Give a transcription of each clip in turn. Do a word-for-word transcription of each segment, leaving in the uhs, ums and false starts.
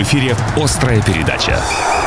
эфире «Острая передача».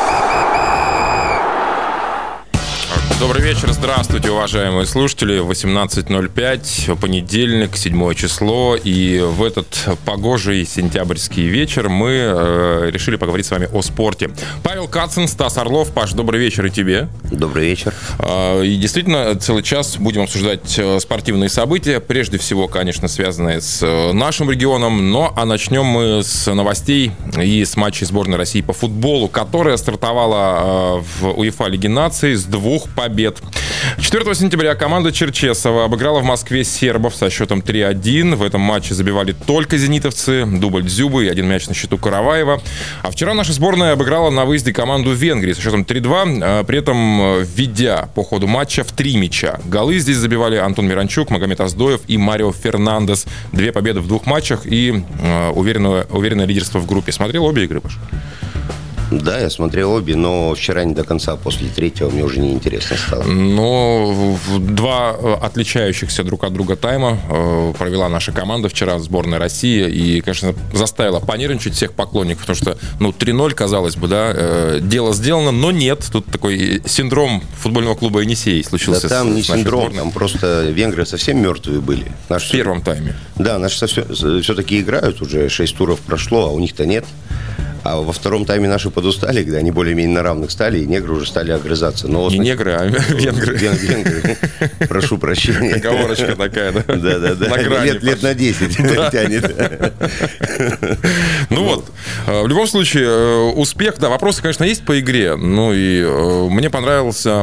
Добрый вечер, здравствуйте, уважаемые слушатели. восемнадцать ноль пять, понедельник, седьмое число. И в этот погожий сентябрьский вечер мы э, решили поговорить с вами о спорте. Павел Кацин, Стас Орлов. Паш, добрый вечер и тебе. Добрый вечер. Э, и действительно, целый час будем обсуждать спортивные события. Прежде всего, конечно, связанные с нашим регионом. Но а начнем мы с новостей и с матчей сборной России по футболу, которая стартовала э, в УЕФА Лиге наций с двух побед. четвёртого сентября команда Черчесова обыграла в Москве сербов со счетом три один. В этом матче забивали только зенитовцы, дубль Дзюбы и один мяч на счету Караваева. А вчера наша сборная обыграла на выезде команду Венгрии со счетом три два, при этом введя по ходу матча в три мяча. Голы здесь забивали Антон Миранчук, Магомед Аздоев и Марио Фернандес. Две победы в двух матчах и уверенное, уверенное лидерство в группе. Смотрел обе игры, Паш? Да, я смотрел обе, но вчера не до конца, после третьего мне уже неинтересно стало. Но два отличающихся друг от друга тайма провела наша команда вчера, сборная России, и, конечно, заставила понервничать всех поклонников, потому что, ну, три ноль, казалось бы, да, дело сделано, но нет, тут такой синдром футбольного клуба «Енисей» случился. Да там с, не с синдром, сборной. там просто венгры совсем мертвые были. Наши... В первом тайме. Да, наши все-таки играют, уже шесть туров прошло, а у них-то нет. А во втором тайме наши подустали, когда они более-менее на равных стали, и негры уже стали огрызаться. Но, не значит, негры, а венгры. Венгры. Прошу прощения. Оговорочка такая, да? Да-да-да. Лет, лет на десять тянет. Ну вот, в любом случае, успех, да, вопросы, конечно, есть по игре. Ну и мне понравился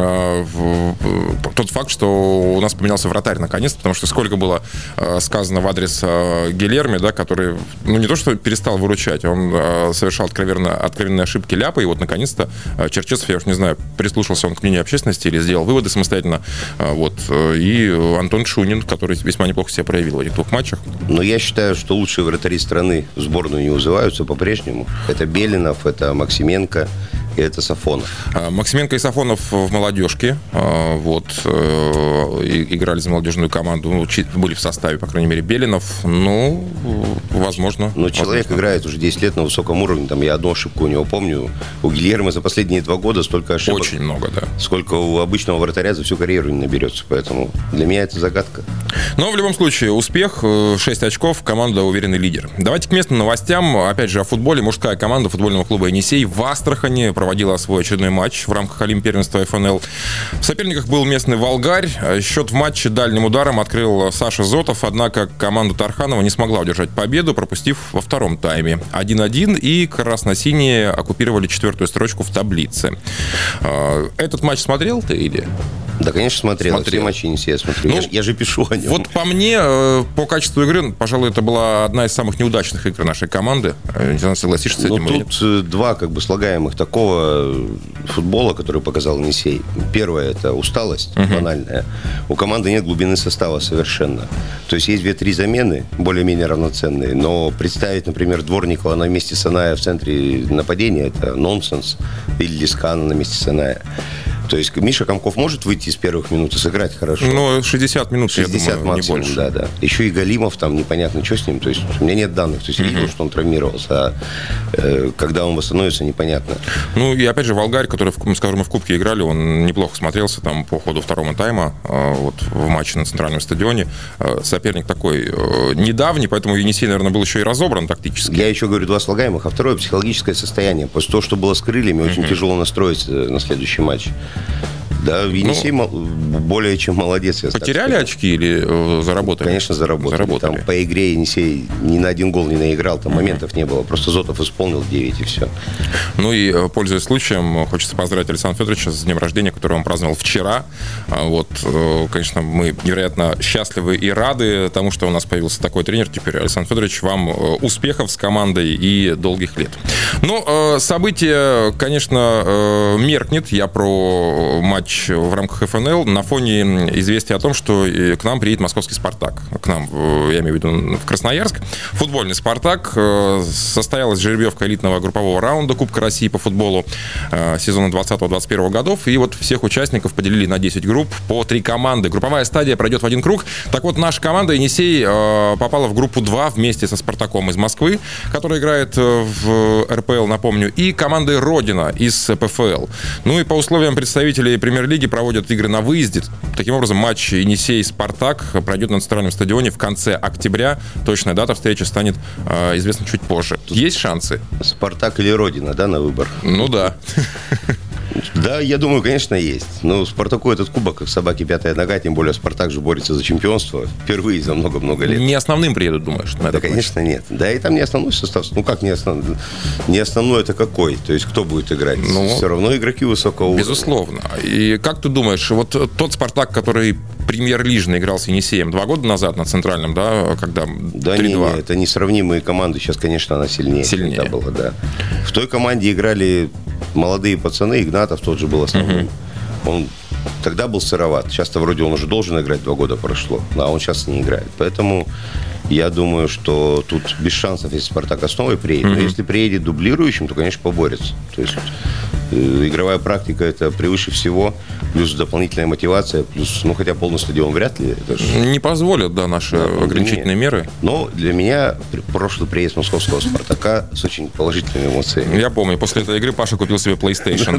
тот факт, что у нас поменялся вратарь наконец-то, потому что сколько было сказано в адрес Гильерми, да, который, ну не то что перестал выручать, он совершал откровенно, откровенные ошибки Ляпа, и вот наконец-то Черчесов, я уж не знаю, прислушался он к мнению общественности или сделал выводы самостоятельно, вот, и Антон Шунин, который весьма неплохо себя проявил в этих двух матчах. Но я считаю, что лучшие вратари страны в сборную не вызываются по-прежнему. Это Белинов, это Максименко и это Сафонов. Максименко и Сафонов в молодежке, вот, играли за молодежную команду, ну, были в составе, по крайней мере, Белинов, ну, возможно. Но человек возможно. играет уже десять лет на высоком уровне, там я одну ошибку у него помню. У Гильермо за последние два года столько ошибок. Очень много, да. Сколько у обычного вратаря за всю карьеру не наберется, поэтому для меня это загадка. Но в любом случае, успех, шесть очков, команда уверенный лидер. Давайте к местным новостям, опять же, о футболе. Мужская команда футбольного клуба «Енисей» в Астрахани проводила свой очередной матч в рамках Олимп первенства эф эн эл. В соперниках был местный «Волгарь». Счет в матче дальним ударом открыл Саша Зотов, однако команда Тарханова не смогла удержать победу, пропустив во втором тайме один один, и красно-синие оккупировали четвертую строчку в таблице. Этот матч смотрел ты или... Да, конечно, смотрел. смотрел. Все матчи «Енисея» смотрю. Ну, я, я же пишу о нем. Вот по мне, по качеству игры, пожалуй, это была одна из самых неудачных игр нашей команды. Не знаю, согласишься с этим или нет? Ну, тут два как бы слагаемых такого футбола, который показал «Енисей». Первое – это усталость uh-huh. банальная. У команды нет глубины состава совершенно. То есть есть две-три замены, более-менее равноценные, но представить, например, Дворникова на месте Саная в центре нападения – это нонсенс. Или Лискана на месте Саная. То есть Миша Комков может выйти из первых минут и сыграть хорошо. Ну, шестьдесят минут, шестьдесят я думаю, максимум, не больше. Да, да. Еще и Галимов там непонятно, что с ним. То есть у меня нет данных. То есть я видел, что он травмировался. А э, когда он восстановится, непонятно. Ну, и опять же, «Волгарь», который, скажем, мы в Кубке играли, он неплохо смотрелся там по ходу второго тайма э, вот, в матче на центральном стадионе. Э, соперник такой э, недавний, поэтому «Енисей», наверное, был еще и разобран тактически. Я еще говорю два слагаемых, а второе – психологическое состояние. После того, что было с крыльями, очень uh-huh. тяжело настроиться на следующий матч. Да, Енисей ну, более чем молодец. Потеряли очки или заработали? Конечно, заработали. заработали. Там по игре Енисей ни на один гол не наиграл, там uh-huh. моментов не было. Просто Зотов исполнил девять и все. Ну и, пользуясь случаем, хочется поздравить Александра Федоровича с днем рождения, который он праздновал вчера. Вот, конечно, мы невероятно счастливы и рады тому, что у нас появился такой тренер. Теперь, Александр Федорович, вам успехов с командой и долгих лет. Ну, событие, конечно, меркнет. Я про матч матч в рамках эф эн эл на фоне известия о том, что к нам приедет московский «Спартак». К нам, я имею в виду, в Красноярск. Футбольный «Спартак». Состоялась жеребьевка элитного группового раунда Кубка России по футболу сезона двадцатого-двадцать первого годов. И вот всех участников поделили на десять групп по три команды. Групповая стадия пройдет в один круг. Так вот, наша команда «Енисей» попала в группу два вместе со «Спартаком» из Москвы, который играет в эр пэ эл, напомню, и командой «Родина» из пэ эф эл. Ну и по условиям представителей премьер-лиги проводят игры на выезде. Таким образом, матч «Енисей-Спартак» пройдет на центральном стадионе в конце октября. Точная дата встречи станет э, известна чуть позже. Есть шансы? «Спартак» или «Родина», да, на выбор? Ну да. Да, я думаю, конечно, есть. Но «Спартаку» этот кубок, как собаки пятая нога, тем более «Спартак» же борется за чемпионство впервые за много-много лет. Не основным приедут, думаешь? На да, конечно, матч? Нет. Да, и там не основной состав. Ну, как не основной? Не основной это какой? То есть, кто будет играть? Ну, все равно игроки высокого уровня. Безусловно. И как ты думаешь, вот тот «Спартак», который премьер-лижно играл с «Енисеем» два года назад на центральном, да, когда да, не, не, это несравнимые команды. Сейчас, конечно, она сильнее. Сильнее. Была, да. В той команде играли молодые пацаны, Игнатов тот же был основным. Uh-huh. Он тогда был сыроват. Сейчас-то вроде он уже должен играть, два года прошло, а он сейчас не играет. Поэтому я думаю, что тут без шансов, если «Спартак» основой приедет. Uh-huh. Но если приедет дублирующим, то, конечно, поборется. То есть э, игровая практика – это превыше всего, плюс дополнительная мотивация, плюс, ну, хотя полный стадион вряд ли. Это же... Не позволят, да, наши да, ограничительные меры. Но для меня прошлый приезд московского «Спартака» с очень положительными эмоциями. Я помню, после этой игры Паша купил себе PlayStation.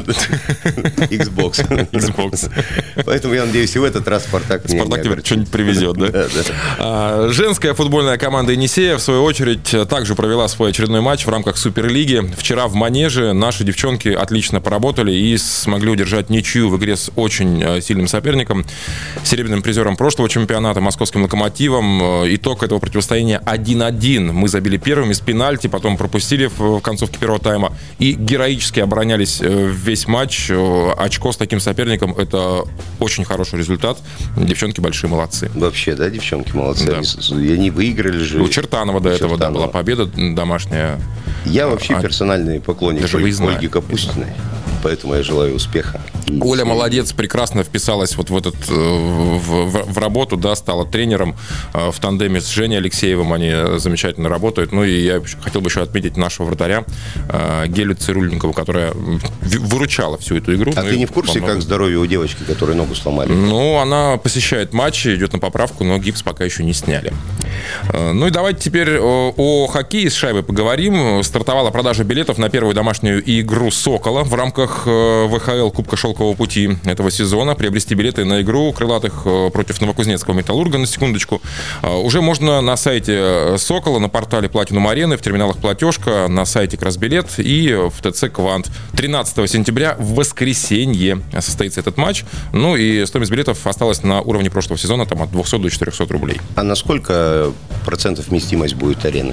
Xbox. Xbox. Поэтому я надеюсь, и в этот раз «Спартак» мне «Спартак» тебе что-нибудь привезет, да? Да, да. Женская футбольная команда «Енисея», в свою очередь, также провела свой очередной матч в рамках Суперлиги. Вчера в Манеже наши девчонки отлично поработали и смогли удержать ничью в игре с очень сильным соперником, серебряным призером прошлого чемпионата, московским «Локомотивом». Итог этого противостояния один-один. Мы забили первыми с пенальти, потом пропустили в концовке первого тайма и героически оборонялись весь матч. Очко с таким соперником – это очень хороший результат. Девчонки большие молодцы. Вообще, да, девчонки молодцы. Да. Они, они выиграли же. У Чертанова до этого да, была победа домашняя. Я вообще а, персональный поклонник Ольги Капустиной. Поэтому я желаю успеха. Оля молодец, прекрасно вписалась вот в, этот, в, в, в работу, да, стала тренером в тандеме с Женей Алексеевым. Они замечательно работают. Ну и я хотел бы еще отметить нашего вратаря Гелю Цирульникову, которая выручала всю эту игру. А ну, ты не в курсе, как здоровье у девочки, которой ногу сломали? Ну, она посещает матчи, идет на поправку, но гипс пока еще не сняли. Ну и давайте теперь о, о хоккее с шайбой поговорим. Стартовала продажа билетов на первую домашнюю игру «Сокола» в рамках вэ ха эл Кубка Шелкового пути этого сезона. Приобрести билеты на игру крылатых против новокузнецкого «Металлурга», на секундочку, уже можно на сайте «Сокола», на портале Platinum Arena, в терминалах «Платежка», на сайте «Красбилет» и в тэ цэ «Квант». тринадцатого сентября в воскресенье состоится этот матч. Ну и стоимость билетов осталась на уровне прошлого сезона, там от двухсот до четырехсот рублей. А на сколько процентов вместимость будет арены?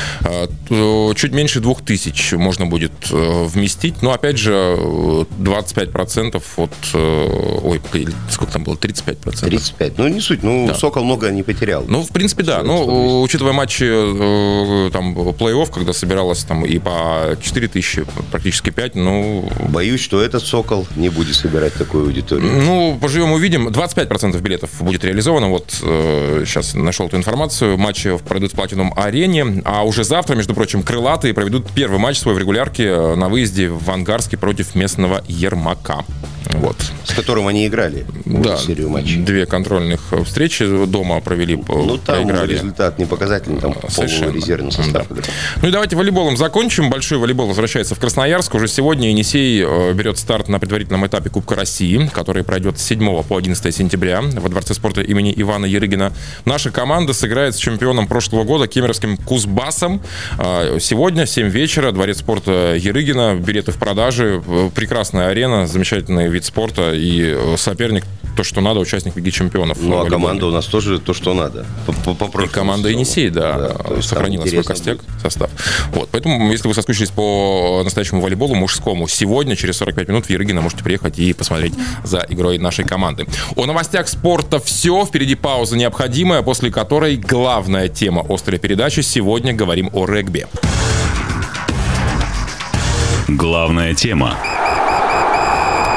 Чуть меньше двух тысяч можно будет вместить. Но опять же, двадцать пять процентов от... Ой, сколько там было? тридцать пять процентов. тридцать пять. Ну, не суть. Ну, да. «Сокол» много не потерял. Ну, в принципе, да. Ну, учитывая матчи там, плей-офф, когда собиралось там и по четыре тысячи, практически пять, ну... Боюсь, что этот «Сокол» не будет собирать такую аудиторию. Ну, поживем, увидим. двадцать пять процентов билетов будет реализовано. Вот э, сейчас нашел эту информацию. Матчи пройдут в Platinum Арене. А уже завтра, между прочим, крылатые проведут первый матч свой в регулярке на выезде в Ангарске против местного Ермака. Вот. С которым они играли да, серию матчей. Две контрольных встречи дома провели. Ну, там проиграли. Результат не показательный, там полный резервный состав. Да. Ну и давайте волейболом закончим. Большой волейбол возвращается в Красноярск. Уже сегодня «Енисей» берет старт на предварительном этапе Кубка России, который пройдет с седьмого по одиннадцатое сентября во Дворце спорта имени Ивана Ярыгина. Наша команда сыграет с чемпионом прошлого года кемеровским «Кузбассом». Сегодня, в семь вечера, Дворец спорта Ярыгина. Билеты в продаже. Прекрасная арена, замечательный вид спорта и соперник то, что надо, участник Лиги чемпионов. Ну, а команда у нас тоже то, что надо. По, по и команда «Енисей», да, да сохранила свой костяк, будет. Состав. Вот, поэтому, если вы соскучились по настоящему волейболу мужскому, сегодня, через сорок пять минут, в Ярыгино можете приехать и посмотреть за игрой нашей команды. О новостях спорта все. Впереди пауза необходимая, после которой главная тема острой передачи. Сегодня говорим о регби. Главная тема.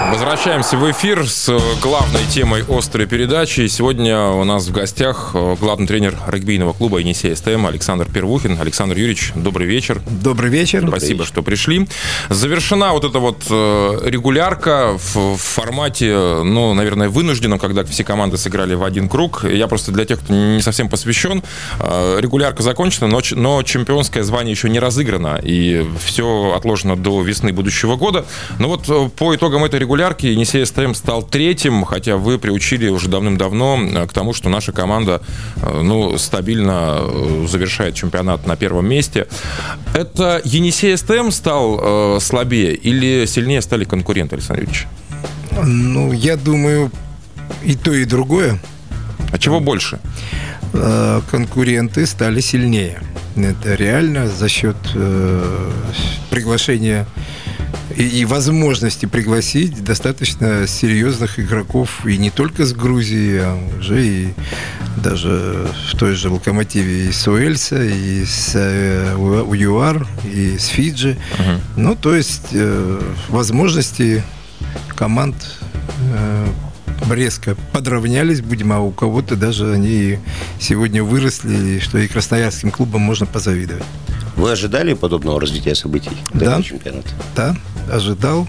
Возвращаемся в эфир с главной темой острой передачи. Сегодня у нас в гостях главный тренер регбийного клуба «Енисей СТМ» Александр Первухин. Александр Юрьевич, добрый вечер. Добрый вечер. Спасибо, добрый что пришли. Завершена вот эта вот регулярка в формате, ну, наверное, вынужденном, когда все команды сыграли в один круг. Я просто для тех, кто не совсем посвящен, регулярка закончена, но, но чемпионское звание еще не разыграно, и все отложено до весны будущего года. Но вот по итогам этой регулярки Енисей СТМ стал третьим, хотя вы приучили уже давным-давно к тому, что наша команда, ну, стабильно завершает чемпионат на первом месте. Это Енисей СТМ стал э, слабее или сильнее стали конкуренты, Александр Юрьевич? Ну, я думаю, и то, и другое. А чего больше? Э, конкуренты стали сильнее. Это реально за счет э, приглашения и, и возможности пригласить достаточно серьезных игроков, и не только с Грузии, а уже и даже в той же «Локомотиве» и с Уэльса, и с э, ЮАР, и с Фиджи. Uh-huh. Ну, то есть э, возможности команд э, резко подравнялись, будем, а у кого-то даже они сегодня выросли, что и красноярским клубам можно позавидовать. Вы ожидали подобного развития событий до да, чемпионата? Да, ожидал.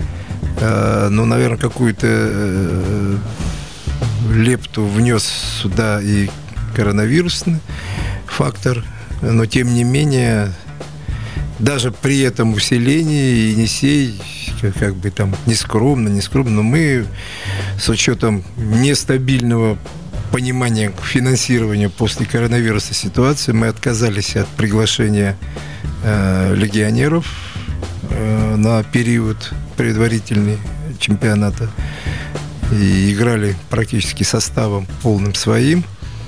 Э, ну, наверное, какую-то э, лепту внес сюда и коронавирусный фактор, но тем не менее, даже при этом усилении Енисей, как, как бы там не скромно, не скромно, но мы с учетом нестабильного понимания финансирования после коронавируса ситуации, мы отказались от приглашения э, легионеров э, на период предварительный чемпионата. И играли практически составом полным своим.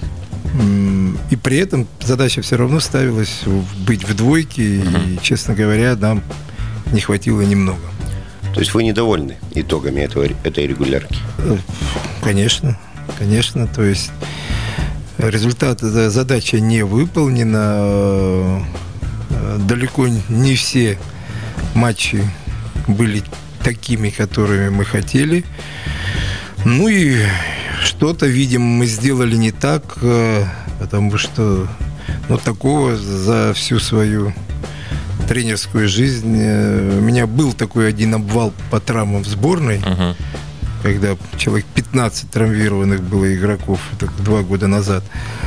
И при этом задача все равно ставилась быть в двойке. Uh-huh. И, честно говоря, нам не хватило немного. То есть вы недовольны итогами этого, этой регулярки? Конечно, конечно. То есть результат, задача не выполнена. Далеко не все матчи были такими, которыми мы хотели. Ну и что-то, видимо, мы сделали не так, потому что, ну, такого за всю свою тренерскую жизнь у меня был такой один обвал по травмам в сборной, uh-huh. когда человек пятнадцать травмированных было игроков, это два года назад.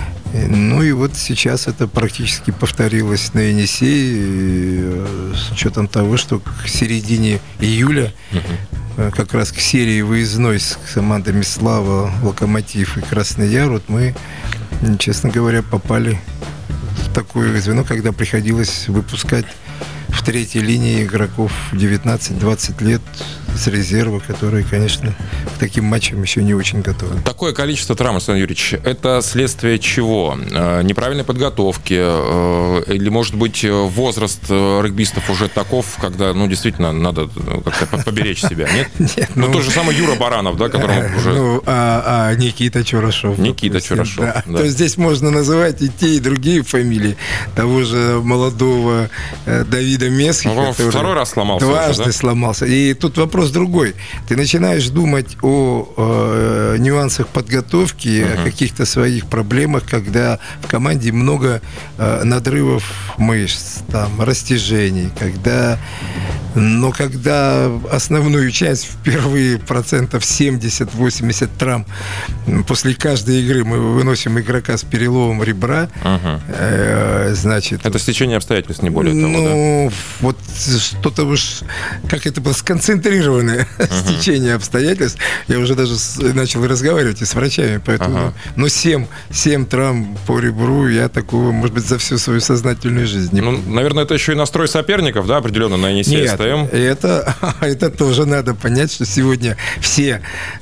Ну и вот сейчас это практически повторилось на Енисее, с учетом того, что к середине июля, uh-huh. как раз к серии выездной с командами «Слава», «Локомотив» и «Красный Яр», вот мы, честно говоря, попали в такое звено, когда приходилось выпускать в третьей линии игроков девятнадцать-двадцать лет с резерва, которые, конечно, к таким матчам еще не очень готовы. Такое количество травм, Александр Юрьевич, это следствие чего? Неправильной подготовки? Или, может быть, возраст регбистов уже таков, когда, ну, действительно, надо как-то поберечь себя, нет? Нет. Ну, ну, тот же самый Юра Баранов, да, которому уже... Ну, а, а Никита Чурашов. Никита Чурашов, да. да. То есть здесь можно называть и те, и другие фамилии. Того же молодого Давида Месхи, ну, который второй раз сломался. Дважды уже, да? сломался. И тут вопрос другой. Ты начинаешь думать о э, нюансах подготовки, uh-huh. о каких-то своих проблемах, когда в команде много э, надрывов мышц, там, растяжений, когда... Но когда основную часть, впервые процентов семьдесят-восемьдесят травм после каждой игры мы выносим игрока с переломом ребра, uh-huh. э, значит... Это стечение обстоятельств, не более того, ну, да? Вот что-то уж... Как это было сконцентрированное uh-huh. стечение обстоятельств. Я уже даже с, начал разговаривать и с врачами, поэтому... Uh-huh. Но семь, семь травм по ребру я такого, может быть, за всю свою сознательную жизнь не Ну, наверное, это еще и настрой соперников, да, определенно, на Енисей СТМ. Это, это тоже надо понять, что сегодня все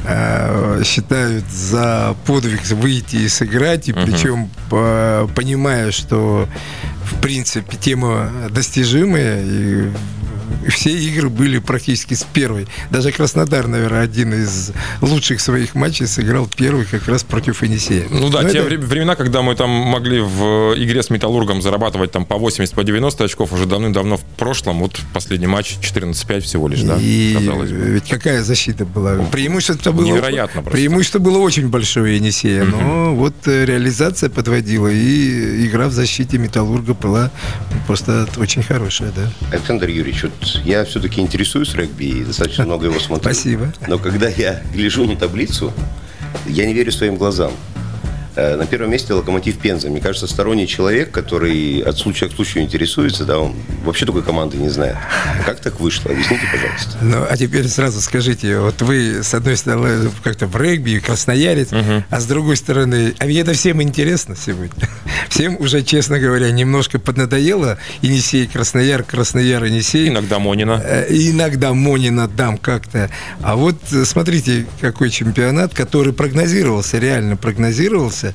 э, считают за подвиг выйти и сыграть, и uh-huh. причем по, понимая, что в принципе тема достижимая, и все игры были практически с первой. Даже Краснодар, наверное, один из лучших своих матчей сыграл первый как раз против Енисея. Ну да, Но те это... времена, когда мы там могли в игре с Металлургом зарабатывать там по восемьдесят, по девяносто очков, уже давным-давно в прошлом. Вот последний матч четырнадцать пять всего лишь, да? И казалось бы. Ведь какая защита была? Преимущество было... Невероятно просто. Преимущество было очень большое Енисея, но mm-hmm. вот реализация подводила, и игра в защите Металлурга была просто очень хорошая, да. Александр Юрьевич, вот я все-таки интересуюсь регби и достаточно много его смотрю. Спасибо. Но когда я гляжу на таблицу, я не верю своим глазам. На первом месте «Локомотив» Пенза. Мне кажется, сторонний человек, который от случая к случаю интересуется, да, он вообще такой команды не знает. Как так вышло? Объясните, пожалуйста. Ну, а теперь сразу скажите, вот вы, с одной стороны, как-то в регби, красноярец, угу. а с другой стороны, а ведь это всем интересно сегодня. Всем уже, честно говоря, немножко поднадоело Енисей, Краснояр, Краснояр, Енисей. Иногда Монина. Иногда Монина дам как-то. А вот смотрите, какой чемпионат, который прогнозировался, реально прогнозировался.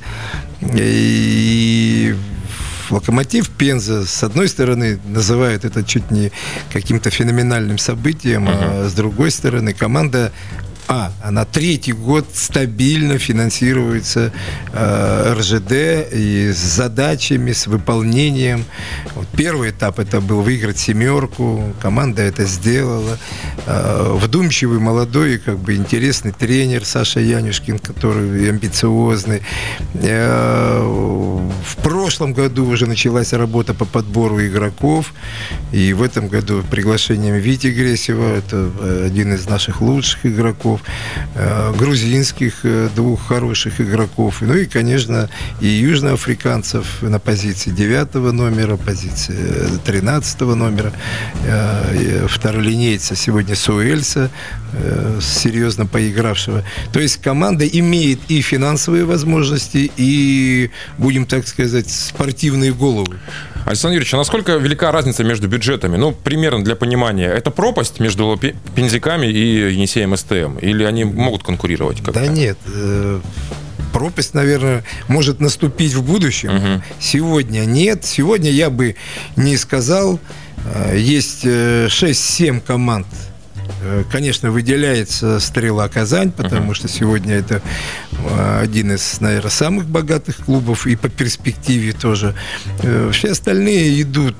И «Локомотив» Пенза, с одной стороны, называют это чуть не каким-то феноменальным событием, uh-huh. а с другой стороны, команда А, она третий год стабильно финансируется э, эр жэ дэ и с задачами, с выполнением. Вот первый этап это был выиграть семерку, команда это сделала. Э, вдумчивый, молодой, как бы интересный тренер Саша Янюшкин, который амбициозный. Э, в прошлом году уже началась работа по подбору игроков, и в этом году приглашением Вити Гресева, это один из наших лучших игроков, грузинских двух хороших игроков, ну и, конечно, и южноафриканцев на позиции девятого номера, позиции тринадцатого номера, второлинейца сегодня Суэльса, серьезно поигравшего. То есть команда имеет и финансовые возможности, и, будем так сказать, спортивные головы. Александр Юрьевич, а насколько велика разница между бюджетами? Ну, примерно для понимания. Это пропасть между Пензяками и Енисеем эс тэ эм? Или они могут конкурировать как-то? Да нет. Пропасть, наверное, может наступить в будущем. Угу. Сегодня нет. Сегодня я бы не сказал. Есть шесть-семь команд. Конечно, выделяется «Стрела Казань», потому uh-huh. что сегодня это один из, наверное, самых богатых клубов и по перспективе тоже. Все остальные идут.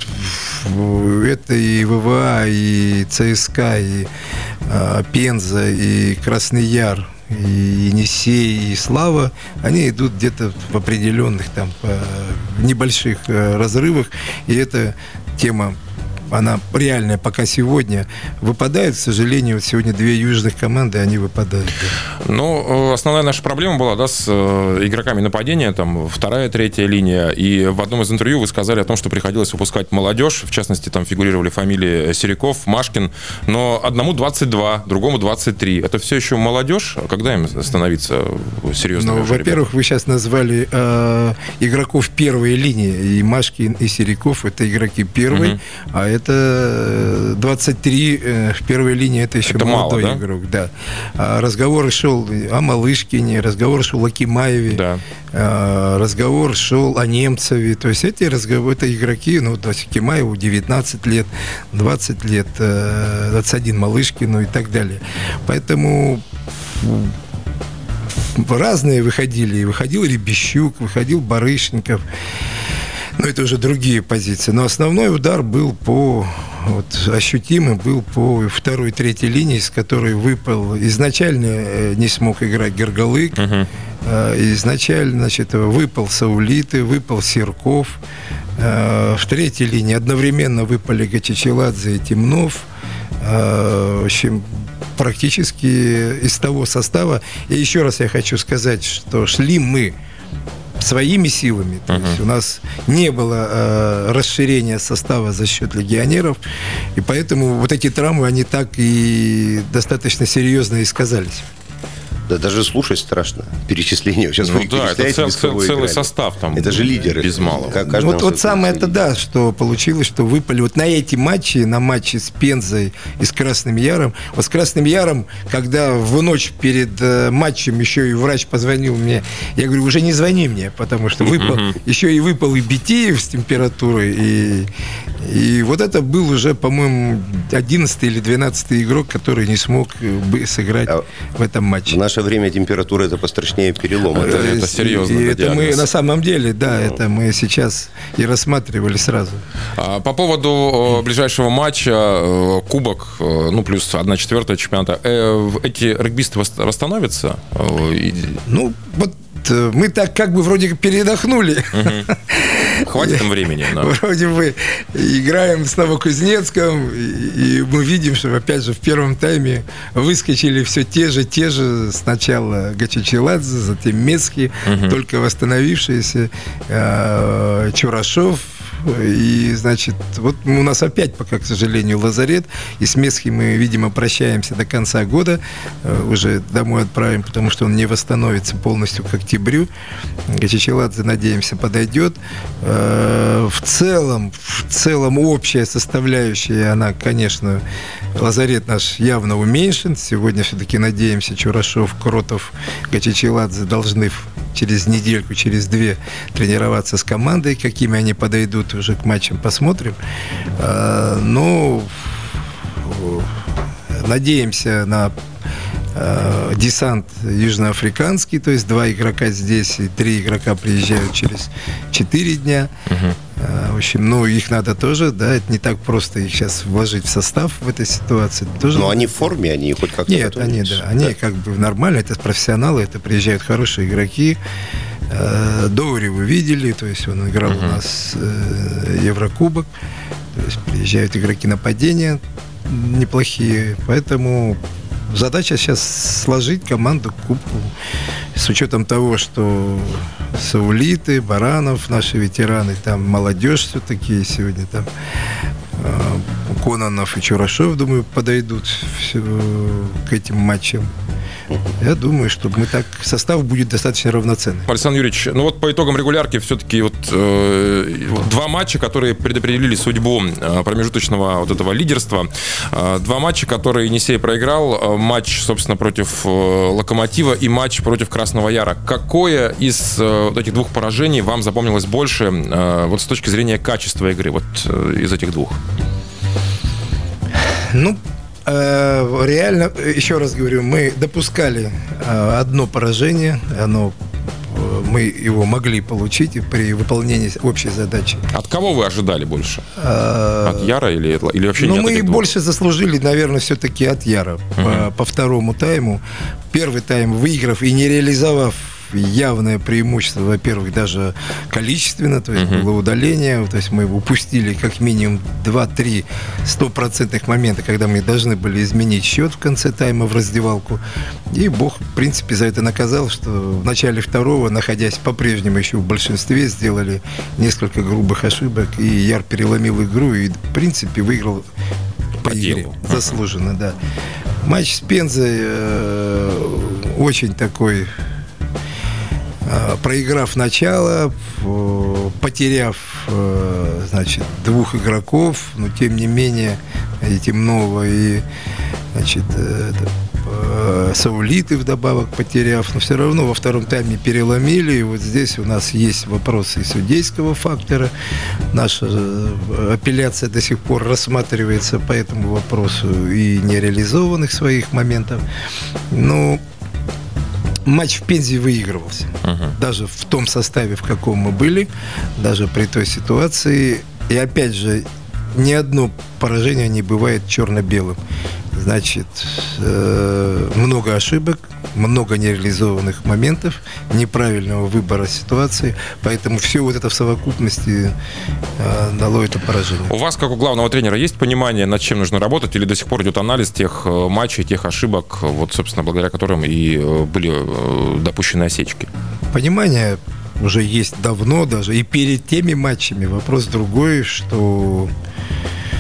Это и вэ вэ а, и цэ эс ка, и Пенза, и Красный Яр, и Енисей, и Слава. Они идут где-то в определенных там небольших разрывах. И эта тема, она реальная пока сегодня. Выпадают, к сожалению, вот сегодня две южных команды, они выпадают. Да. Ну, основная наша проблема была, да, с игроками нападения, там, вторая, третья линия, и в одном из интервью вы сказали о том, что приходилось выпускать молодежь, в частности, там фигурировали фамилии Сериков, Машкин, но одному двадцать два, другому двадцать три. Это все еще молодежь? Когда им становиться серьезными? Ну, во-первых, ребята? Вы сейчас назвали э, игроков первой линии, и Машкин, и Сериков, это игроки первой, угу. а это Это двадцать три в первой линии, это еще это молодой мало, да? игрок. Да. Разговор шел о Малышкине, разговор шел о Кимаеве, да. разговор шел о Немцеве. То есть эти разговоры, это игроки, ну, то есть Кимаеву девятнадцать лет, двадцать лет, двадцать один Малышкину и так далее. Поэтому разные выходили. Выходил Рябищук, выходил Барышников. Но это уже другие позиции. Но основной удар был по... Вот, ощутимый был по второй, третьей линии, с которой выпал... Изначально не смог играть Гергалык. Uh-huh. Изначально, значит, выпал Саулиты, выпал Серков. В третьей линии одновременно выпали Гачичеладзе и Темнов. В общем, практически из того состава... И еще раз я хочу сказать, что шли мы своими силами. То uh-huh. есть у нас не было э, расширения состава за счет легионеров, и поэтому вот эти травмы, они так и достаточно серьезно и сказались. Да даже слушать страшно. Перечисление. Сейчас ну вы да, это цел, цел, целый состав там. Это же лидеры. Без малого. Ну, вот вот самое это да, что получилось, что выпали вот на эти матчи, на матчи с Пензой и с Красным Яром. Вот с Красным Яром, когда в ночь перед э, матчем еще и врач позвонил мне, я говорю, уже не звони мне, потому что выпал, uh-huh. еще и выпал и Битиев с температурой, и, и вот это был уже, по-моему, одиннадцатый или двенадцатый игрок, который не смог бы сыграть а в этом матче. В наше время температура это пострашнее перелома. Это, это серьезно. И это мы на самом деле, да, это мы сейчас и рассматривали сразу. А, по поводу ближайшего матча, кубок, ну, плюс одна четвертая чемпионата, эти регбисты восстановятся? Ну, вот мы так как бы вроде передохнули. Угу. Хватит им времени. Да. Вроде бы играем с Новокузнецком, и, и мы видим, что, опять же, в первом тайме выскочили все те же, те же. Сначала Гачичеладзе, затем Мецкий, угу. только восстановившиеся, э, Чурашов. И, значит, вот у нас опять пока, к сожалению, лазарет. И с Мецким мы, видимо, прощаемся до конца года. Уже домой отправим, потому что он не восстановится полностью к октябрю. Гачичеладзе, надеемся, подойдет. В целом, в целом общая составляющая, она, конечно, лазарет наш явно уменьшен. Сегодня все-таки, надеемся, Чурашов, Кротов, Гачичеладзе должны через недельку, через две тренироваться с командой. Какими они подойдут уже к матчам, посмотрим. Но надеемся на десант южноафриканский, то есть два игрока здесь и три игрока приезжают через четыре дня. Uh-huh. В общем, ну, их надо тоже, да, это не так просто их сейчас вложить в состав в этой ситуации. Тоже но надо... они в форме, они хоть как-то Нет, они, да, они да. как бы нормально, это профессионалы, это приезжают хорошие игроки. Доури вы видели, то есть он играл uh-huh. у нас Еврокубок, то есть приезжают игроки нападения неплохие, поэтому задача сейчас сложить команду к кубку с учетом того, что Саулиты, Баранов, наши ветераны, там молодежь все-таки сегодня там Кононов и Чурашов, думаю, подойдут к этим матчам. Я думаю, что мы так, состав будет достаточно равноценный. Александр Юрьевич, ну вот по итогам регулярки все-таки вот, э, два матча, которые предопределили судьбу э, промежуточного вот этого лидерства. Э, два матча, которые Енисей проиграл. Э, матч, собственно, против э, Локомотива и матч против Красного Яра. Какое из э, вот этих двух поражений вам запомнилось больше э, вот с точки зрения качества игры вот э, из этих двух? Ну, реально, еще раз говорю, мы допускали одно поражение, оно, мы его могли получить при выполнении общей задачи. От кого вы ожидали больше? А... От Яра или, или вообще ну, не от мы этих двух? Больше заслужили, наверное, все-таки от Яра. Uh-huh. По, по второму тайму. Первый тайм, выиграв и не реализовав явное преимущество, во-первых, даже количественно, то есть uh-huh. было удаление, то есть мы упустили как минимум два-три стопроцентных момента, когда мы должны были изменить счет в конце тайма в раздевалку. И Бог, в принципе, за это наказал, что в начале второго, находясь по-прежнему еще в большинстве, сделали несколько грубых ошибок, и Яр переломил игру и, в принципе, выиграл по, по игре. Uh-huh. Заслуженно, да. Матч с Пензой э, очень такой... Проиграв начало, потеряв, значит, двух игроков, но тем не менее и Темнова, и, значит, Саулиты вдобавок потеряв, но все равно во втором тайме переломили. И вот здесь у нас есть вопросы и судейского фактора. Наша апелляция до сих пор рассматривается по этому вопросу и нереализованных своих моментов. Но матч в Пензе выигрывался. Uh-huh. Даже в том составе, в каком мы были, даже при той ситуации. И опять же, ни одно поражение не бывает черно-белым. Значит, э, много ошибок, много нереализованных моментов, неправильного выбора ситуации. Поэтому все вот это в совокупности э, дало это поражение. У вас, как у главного тренера, есть понимание, над чем нужно работать? Или до сих пор идет анализ тех матчей, тех ошибок, вот, собственно, благодаря которым и были допущены осечки? Понимание уже есть давно даже. И перед теми матчами. Вопрос другой, что...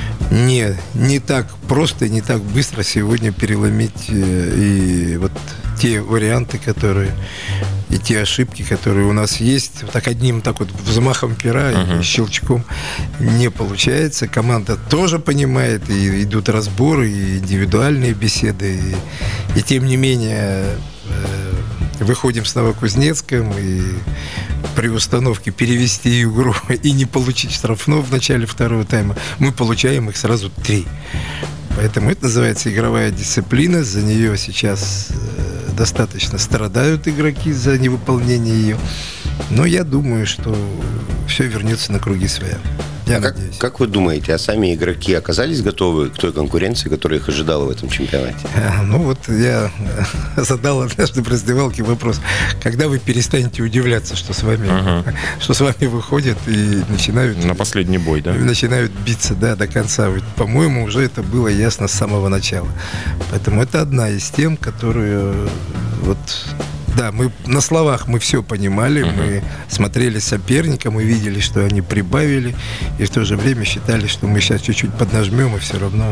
Не, не так просто, не так быстро сегодня переломить и вот те варианты, которые и те ошибки, которые у нас есть, так одним так вот взмахом пера uh-huh. и щелчком не получается. Команда тоже понимает, и идут разборы, и индивидуальные беседы, и, и тем не менее выходим с Новокузнецком, и при установке перевести игру и не получить штрафного в начале второго тайма, мы получаем их сразу три. Поэтому это называется игровая дисциплина. За нее сейчас достаточно страдают игроки за невыполнение ее. Но я думаю, что все вернется на круги своя. Я а как, как вы думаете, а сами игроки оказались готовы к той конкуренции, которая их ожидала в этом чемпионате? Ну вот я задал однажды в раздевалке вопрос: когда вы перестанете удивляться, что с вами, uh-huh. что с вами выходят и начинают... На последний бой, да? Начинают биться, да, до конца. По-моему, уже это было ясно с самого начала. Поэтому это одна из тем, которую вот... Да, мы на словах мы все понимали, uh-huh. мы смотрели соперника, мы видели, что они прибавили, и в то же время считали, что мы сейчас чуть-чуть поднажмем, и все равно...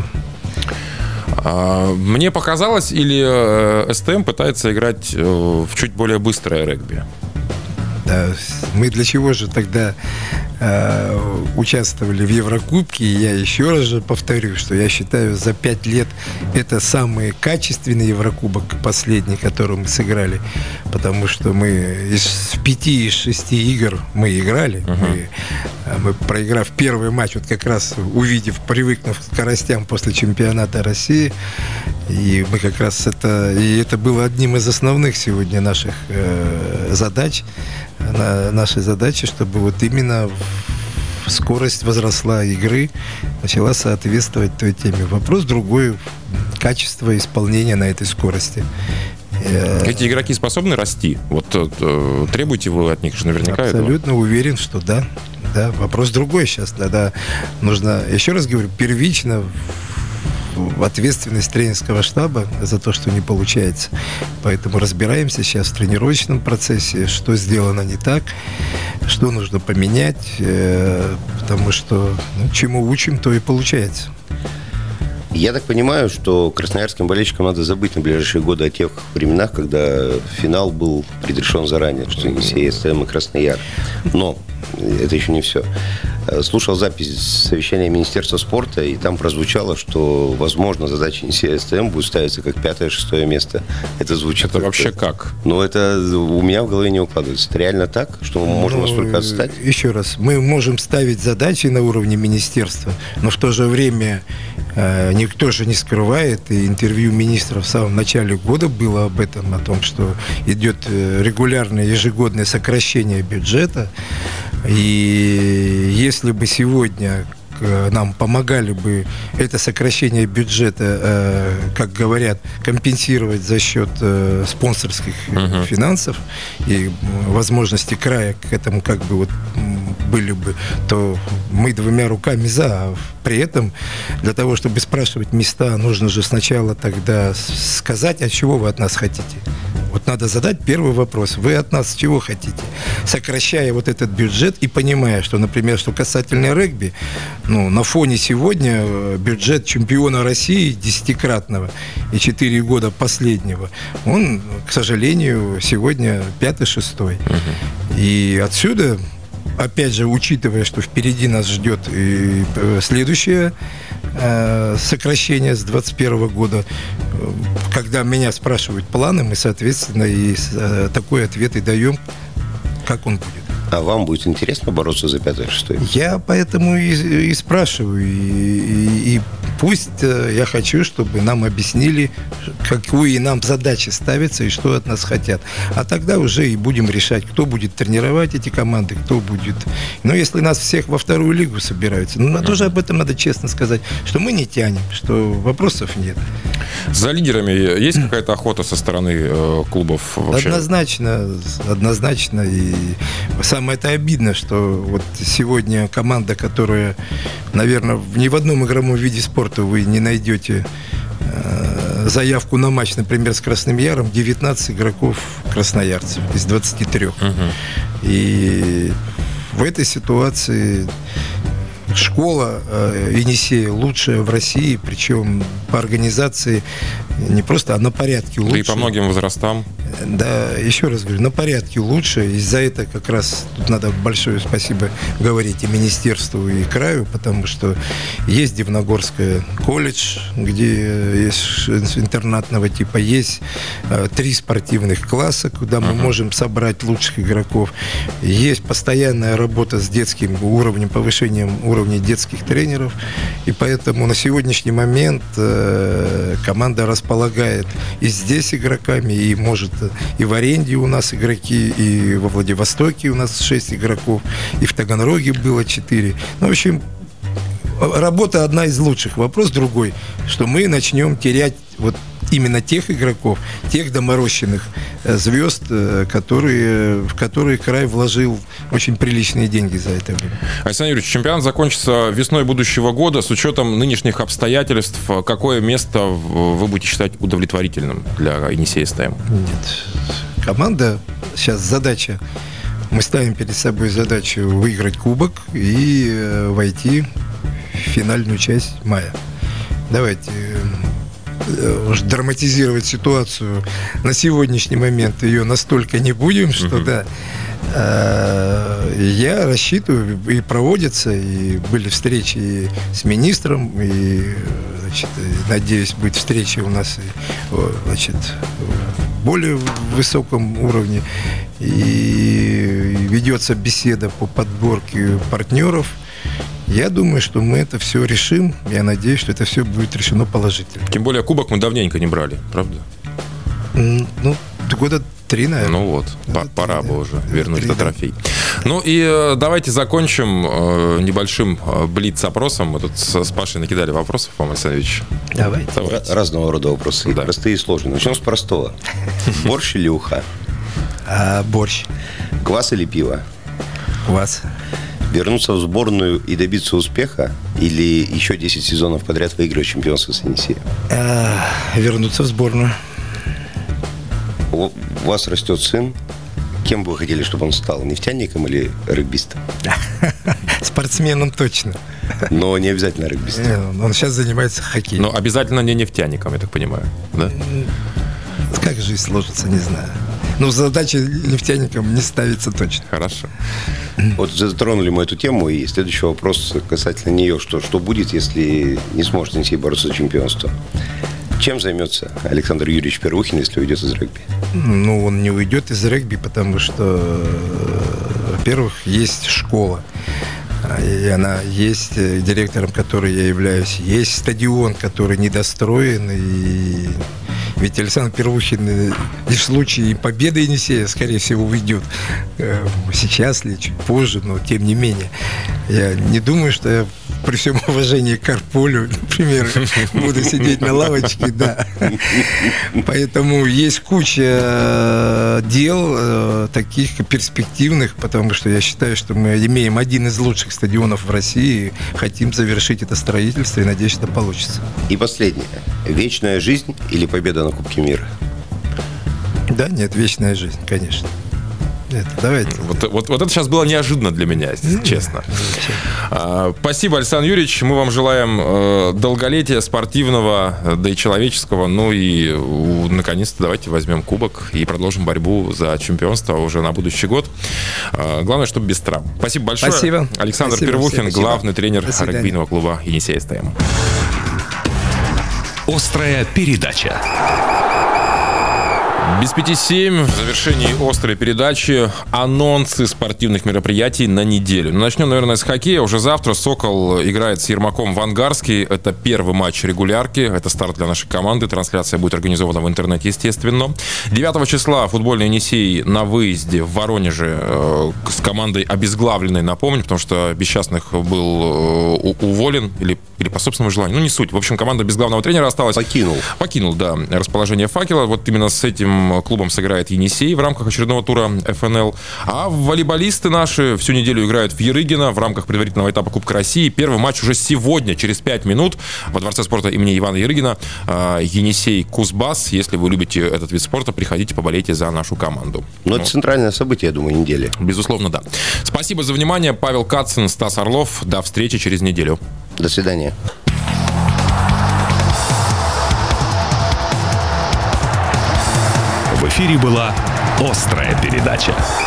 Мне показалось, или СТМ пытается играть в чуть более быстрое регби? Да, мы для чего же тогда э, участвовали в Еврокубке? И я еще раз же повторю, что я считаю, за пять лет это самый качественный Еврокубок, последний, который мы сыграли, потому что мы из пяти, из шести игр мы играли. Uh-huh. Мы, мы, проиграв первый матч, вот как раз увидев, привыкнув к скоростям после чемпионата России, и мы как раз это, и это было одним из основных сегодня наших э, задач, на нашей задаче, чтобы вот именно скорость возросла игры, начала соответствовать той теме. Вопрос другой — качество исполнения на этой скорости. Эти игроки способны расти? Вот требуете вы от них же наверняка Абсолютно этого? Уверен, что да. да. Вопрос другой сейчас. Да, да. Нужно, еще раз говорю, первично ответственность тренерского штаба за то, что не получается. Поэтому разбираемся сейчас в тренировочном процессе, что сделано не так, что нужно поменять, потому что ну, чему учим, то и получается. Я так понимаю, что красноярским болельщикам надо забыть на ближайшие годы о тех временах, когда финал был предрешен заранее, что Енисей, СТМ и Краснояр. Но это еще не все. Слушал запись совещания Министерства спорта, и там прозвучало, что, возможно, задача Енисея СТМ будет ставиться как пятое-шестое место. Это звучит... Это вообще как? Ну, это у меня в голове не укладывается. Это реально так, что мы можем ну, настолько отстать? Еще раз, мы можем ставить задачи на уровне министерства, но в то же время э, никто же не скрывает, и интервью министра в самом начале года было об этом, о том, что идет регулярное ежегодное сокращение бюджета, и если бы сегодня нам помогали бы это сокращение бюджета, как говорят, компенсировать за счет спонсорских uh-huh. финансов и возможности края к этому как бы вот были бы, то мы двумя руками за. А при этом для того, чтобы спрашивать места, нужно же сначала тогда сказать, а чего вы от нас хотите. Вот надо задать первый вопрос. Вы от нас чего хотите? Сокращая вот этот бюджет и понимая, что, например, что касательно регби, ну, на фоне сегодня бюджет чемпиона России десятикратного и четыре года последнего, он, к сожалению, сегодня пятый-шестой. Uh-huh. И отсюда, опять же, учитывая, что впереди нас ждет и следующее э, сокращение с двадцать первого года, когда меня спрашивают планы, мы, соответственно, и э, такой ответ и даем, как он будет. А вам будет интересно бороться за пятое-шестое? Я поэтому и, и спрашиваю. И, и, и пусть я хочу, чтобы нам объяснили, какие нам задачи ставятся и что от нас хотят. А тогда уже и будем решать, кто будет тренировать эти команды, кто будет... Но если нас всех во вторую лигу собираются, ну, тоже об этом надо честно сказать, что мы не тянем, что вопросов нет. За лидерами есть какая-то охота со стороны э, клубов вообще? Однозначно, однозначно. И самое это обидно, что вот сегодня команда, которая, наверное, ни в одном игровом виде спорта вы не найдете э, заявку на матч, например, с Красным Яром, девятнадцать игроков красноярцев из двадцати трёх. Uh-huh. И в этой ситуации школа э, Енисея лучшая в России, причем по организации Не просто, а на порядке лучше. Да и по многим возрастам. Да, еще раз говорю, на порядке лучше. Из-за этого как раз тут надо большое спасибо говорить и министерству, и краю, потому что есть Дивногорская колледж, где есть интернатного типа, есть э, три спортивных класса, куда мы uh-huh. можем собрать лучших игроков. Есть постоянная работа с детским уровнем, повышением уровня детских тренеров. И поэтому на сегодняшний момент э, команда располагает и здесь игроками, и может и в аренде у нас игроки, и во Владивостоке у нас шесть игроков, и в Таганроге было четыре. Ну, в общем, работа одна из лучших. Вопрос другой, что мы начнем терять вот именно тех игроков, тех доморощенных звезд, которые, в которые край вложил очень приличные деньги за это время. Александр Юрьевич, чемпионат закончится весной будущего года. С учетом нынешних обстоятельств, какое место вы будете считать удовлетворительным для Енисея СТМ? Нет. Команда, сейчас задача, мы ставим перед собой задачу выиграть кубок и войти в финальную часть мая. Давайте уж драматизировать ситуацию на сегодняшний момент ее настолько не будем, что uh-huh. да, э, я рассчитываю, и проводятся, и были встречи и с министром, и, значит, надеюсь, будет встреча у нас и, значит, в более высоком уровне, и ведется беседа по подборке партнеров. Я думаю, что мы это все решим. Я надеюсь, что это все будет решено положительно. Тем более кубок мы давненько не брали, правда? Ну, года три, наверное. Ну вот, года пора три, бы да. уже вернуть три, этот да. трофей. Ну и э, давайте закончим э, небольшим э, блиц-опросом. Мы тут с, с Пашей накидали вопросов, по-моему, Александрович. Давайте. давайте. Разного рода вопросы. Да. Простые и сложные. Начнем с простого. Борщ или уха? А, борщ. Квас или пиво? Квас. Вернуться в сборную и добиться успеха или еще десять сезонов подряд выиграть чемпионство с Енисеем? А, вернуться в сборную. У вас растет сын. Кем бы вы хотели, чтобы он стал? Нефтяником или регбистом? Спортсменом точно. Но не обязательно регбистом. Он сейчас занимается хоккеем. Но обязательно не нефтяником, я так понимаю. Да? Как жизнь сложится, не знаю. Но задача нефтяникам не ставится точно. Хорошо. Вот затронули мы эту тему, и следующий вопрос касательно нее. Что, что будет, если не сможет Енисей бороться за чемпионство? Чем займется Александр Юрьевич Первухин, если уйдет из регби? Ну, он не уйдет из регби, потому что, во-первых, есть школа. И она есть директором, которой я являюсь. Есть стадион, который недостроен. И ведь Александр Первухин лишь в случае победы Енисея, скорее всего, уйдет. Сейчас ли, чуть позже, но тем не менее. Я не думаю, что я при всем уважении к Карполю, например, буду сидеть на лавочке, да. Поэтому есть куча дел таких перспективных, потому что я считаю, что мы имеем один из лучших стадионов в России, хотим завершить это строительство и надеюсь, что это получится. И последнее. Вечная жизнь или победа на Кубке мира? Да, нет, вечная жизнь, конечно. Нет, давайте. Вот, вот, вот это сейчас было неожиданно для меня, mm-hmm. честно. Mm-hmm. Спасибо, Александр Юрьевич. Мы вам желаем э, долголетия спортивного, да и человеческого. Ну и у, наконец-то давайте возьмем кубок и продолжим борьбу за чемпионство уже на будущий год. Э, главное, чтобы без травм. Спасибо большое. Спасибо. Александр Спасибо. Первухин, Спасибо. главный тренер регбийного клуба Енисей СТМ. Острая передача. Без пяти семь, в завершении острой передачи анонсы спортивных мероприятий на неделю. Ну, начнем, наверное, с хоккея. Уже завтра «Сокол» играет с Ермаком в Ангарске. Это первый матч регулярки. Это старт для нашей команды. Трансляция будет организована в интернете, естественно. девятого числа футбольный Енисей на выезде в Воронеже э, с командой обезглавленной, напомню, потому что Бесчастных был э, уволен или, или по собственному желанию. Ну, не суть. В общем, команда без главного тренера осталась. Покинул. Покинул, да, расположение «Факела». Вот именно с этим клубом сыграет Енисей в рамках очередного тура эф эн эл. А волейболисты наши всю неделю играют в Ерыгино в рамках предварительного этапа Кубка России. Первый матч уже сегодня, через пять минут, во Дворце спорта имени Ивана Ерыгина. Енисей-Кузбасс. Если вы любите этот вид спорта, приходите, поболейте за нашу команду. Ну, это центральное событие, я думаю, недели. Безусловно, да. Спасибо за внимание. Павел Кацин, Стас Орлов. До встречи через неделю. До свидания. В эфире была «Острая передача».